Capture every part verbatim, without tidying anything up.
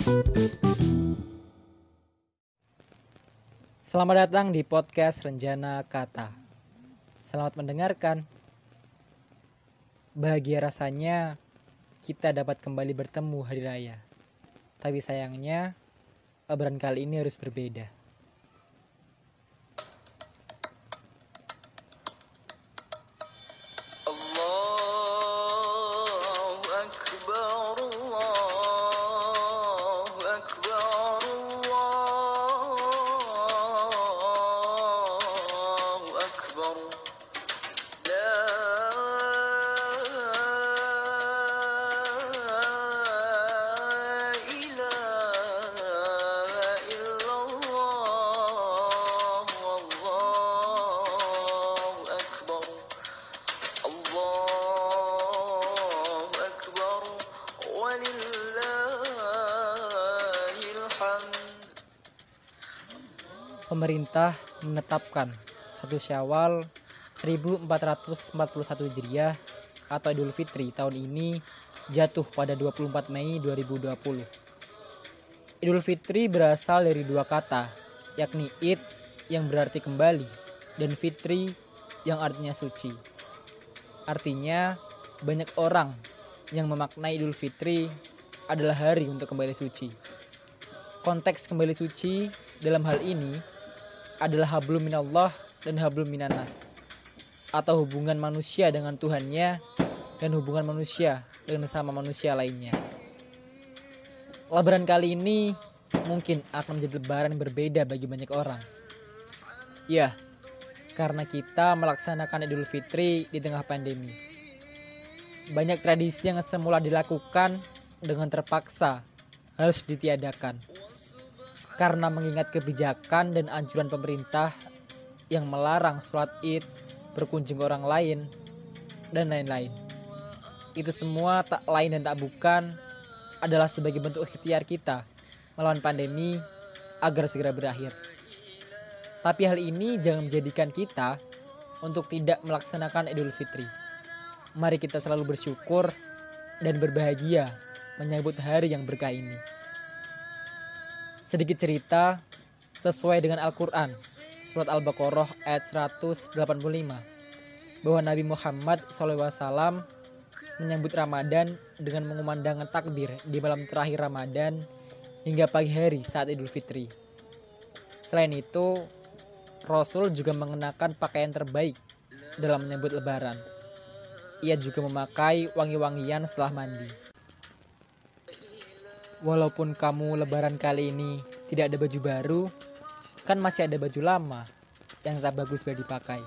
Selamat datang di podcast Renjana Kata. Selamat mendengarkan. Bahagia rasanya kita dapat kembali bertemu hari raya. Tapi sayangnya, obrolan kali ini harus berbeda. Pemerintah menetapkan satu Syawal seribu empat ratus empat puluh satu Hijriah atau Idul Fitri tahun ini jatuh pada dua puluh empat Mei dua ribu dua puluh. Idul Fitri berasal dari dua kata, yakni Id yang berarti kembali dan Fitri yang artinya suci. Artinya banyak orang yang memaknai Idul Fitri adalah hari untuk kembali suci. Konteks kembali suci dalam hal ini adalah hablum minallah dan hablum minanas, atau hubungan manusia dengan Tuhannya dan hubungan manusia dengan sesama manusia lainnya. Lebaran kali ini mungkin akan menjadi lebaran yang berbeda bagi banyak orang. Ya, karena kita melaksanakan Idul Fitri di tengah pandemi. Banyak tradisi yang semula dilakukan dengan terpaksa harus ditiadakan karena mengingat kebijakan dan anjuran pemerintah yang melarang sholat Id, berkunjung ke orang lain, dan lain-lain. Itu semua tak lain dan tak bukan adalah sebagai bentuk ikhtiar kita melawan pandemi agar segera berakhir. Tapi hal ini jangan menjadikan kita untuk tidak melaksanakan Idul Fitri. Mari kita selalu bersyukur dan berbahagia menyambut hari yang berkah ini. Sedikit cerita sesuai dengan Al-Quran, surat Al-Baqarah ayat seratus delapan puluh lima, bahwa Nabi Muhammad shallallahu alaihi wasallam menyambut Ramadan dengan mengumandangkan takbir di malam terakhir Ramadan hingga pagi hari saat Idul Fitri. Selain itu, Rasul juga mengenakan pakaian terbaik dalam menyambut Lebaran. Ia juga memakai wangi-wangian setelah mandi. Walaupun kamu Lebaran kali ini tidak ada baju baru, kan masih ada baju lama yang tak bagus buat dipakai.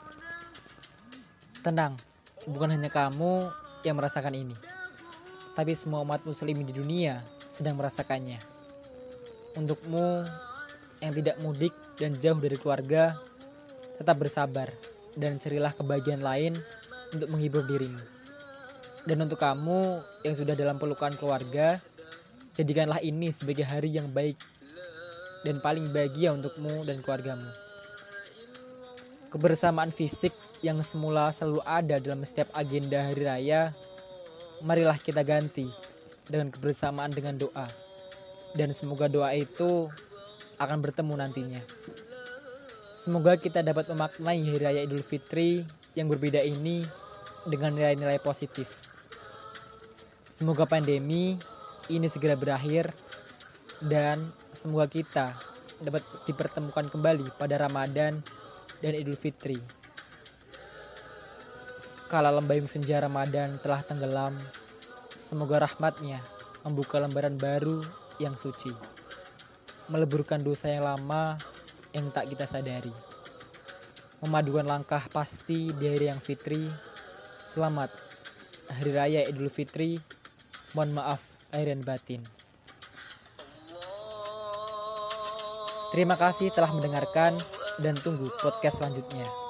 Tenang, bukan hanya kamu yang merasakan ini, tapi semua umat muslim di dunia sedang merasakannya. Untukmu yang tidak mudik dan jauh dari keluarga, tetap bersabar dan carilah kebahagiaan lain untuk menghibur dirimu. Dan untuk kamu yang sudah dalam pelukan keluarga, jadikanlah ini sebagai hari yang baik dan paling bahagia untukmu dan keluargamu. Kebersamaan fisik yang semula selalu ada dalam setiap agenda hari raya, marilah kita ganti dengan kebersamaan dengan doa. Dan semoga doa itu akan bertemu nantinya. Semoga kita dapat memaknai hari raya Idul Fitri yang berbeda ini dengan nilai-nilai positif. Semoga pandemi ini segera berakhir dan semoga kita dapat dipertemukan kembali pada Ramadan dan Idul Fitri. Kala lembayung senja Ramadan telah tenggelam, semoga rahmatnya membuka lembaran baru yang suci, meleburkan dosa yang lama yang tak kita sadari, memadukan langkah pasti di hari yang fitri. Selamat Hari Raya Idul Fitri. Mohon maaf lahir dan batin. Terima kasih telah mendengarkan dan tunggu podcast selanjutnya.